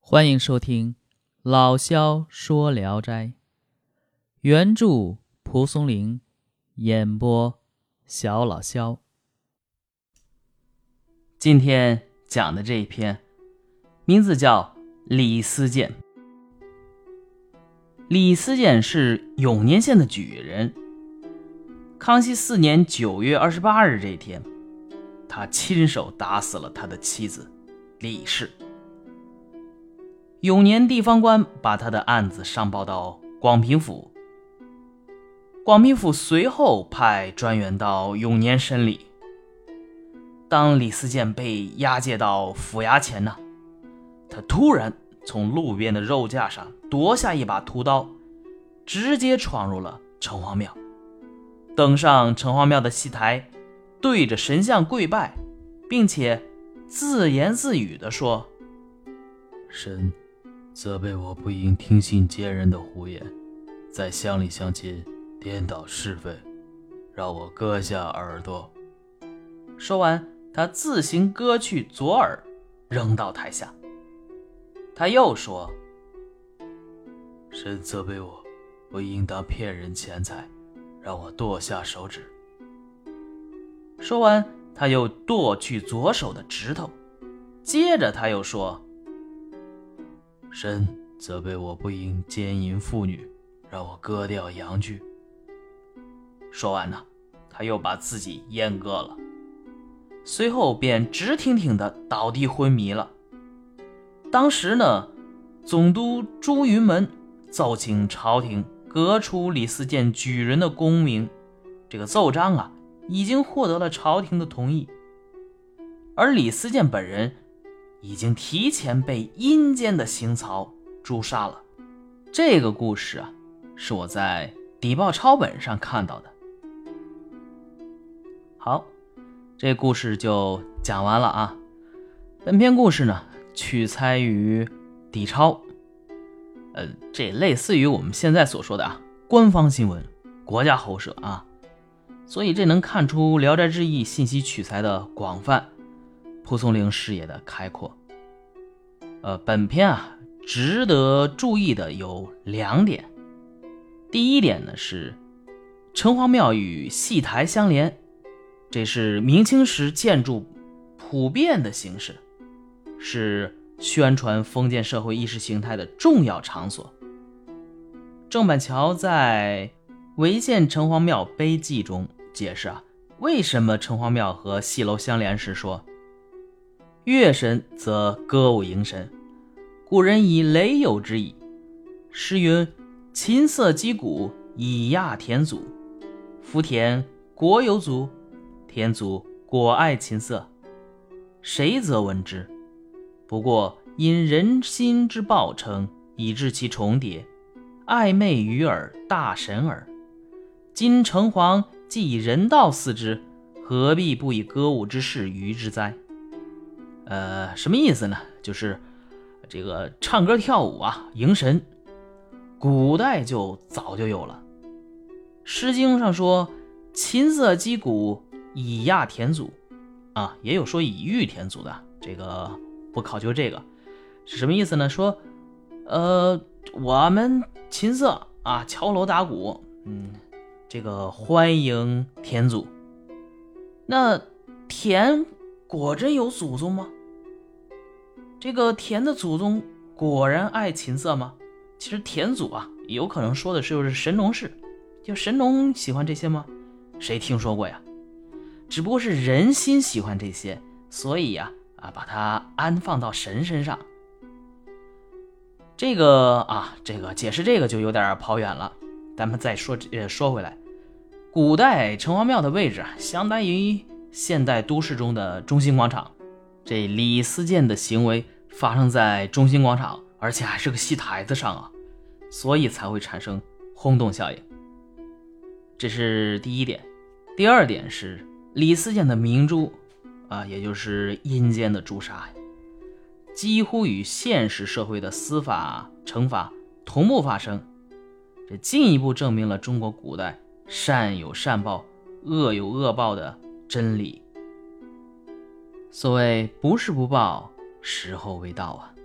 欢迎收听老萧说聊斋，原著蒲松龄，演播小老萧。今天讲的这一篇名字叫李思建。李思建是永年县的举人。康熙4年9月28日这一天，他亲手打死了他的妻子李氏。永年地方官把他的案子上报到广平府，广平府随后派专员到永年审理。当李思建被押解到府衙前呢，他突然从路边的肉架上夺下一把屠刀，直接闯入了城隍庙，登上城隍庙的戏台，对着神像跪拜，并且自言自语地说： 神责备我不应听信奸人的胡言，在乡里乡亲颠倒是非，让我割下耳朵。 说完，他自行割去左耳，扔到台下。他又说： 神责备我不应当骗人钱财，让我剁下手指。 说完，他又剁去左手的指头。接着他又说： 神责备我不应奸淫妇女，让我割掉阳具。 说完呢，他又把自己阉割了，随后便直挺挺的倒地昏迷了。当时呢，总督朱云门奏请朝廷革除李思建举人的功名，这个奏章啊已经获得了朝廷的同意，而李思建本人已经提前被阴间的刑曹诛杀了。这个故事啊，是我在底报抄本上看到的。好，这故事就讲完了啊。本篇故事呢，取材于底抄，这类似于我们现在所说的官方新闻、国家喉舌啊，所以这能看出《聊斋志异》信息取材的广泛，蒲松龄视野的开阔。本篇值得注意的有2点。第一点呢是城隍庙与戏台相连，这是明清时建筑普遍的形式，是宣传封建社会意识形态的重要场所。郑板桥在《潍县城隍庙碑记》中解释为什么城隍庙和戏楼相连时说：乐神则歌舞迎神，古人以雷有之矣。诗云：琴瑟击鼓，以亚田祖。夫田果有祖，田祖果爱琴瑟。谁则闻之？不过因人心之暴称，以致其重叠，暧昧于耳，大神耳。今城隍既以人道祀之，何必不以歌舞之事娱之哉？什么意思呢？就是这个唱歌跳舞迎神，古代就早就有了。诗经上说琴瑟击鼓，以亚田祖也有说以御田祖的，这个不考究这个是什么意思呢？说我们琴瑟敲锣打鼓，这个欢迎田祖。那田果真有祖宗吗？这个田的祖宗果然爱琴瑟吗？其实田祖有可能说的就是神农氏，就神农喜欢这些吗？谁听说过呀？只不过是人心喜欢这些，所以把它安放到神身上。这个解释这个就有点跑远了，咱们再说回来。古代城隍庙的位置相当于现代都市中的中心广场，这李思建的行为发生在中心广场，而且还是个戏台子上所以才会产生轰动效应。这是第一点。第二点是李思建的明诛也就是阴间的诛杀几乎与现实社会的司法惩罚同步发生，这进一步证明了中国古代善有善报，恶有恶报的真理。所谓不是不报，时候未到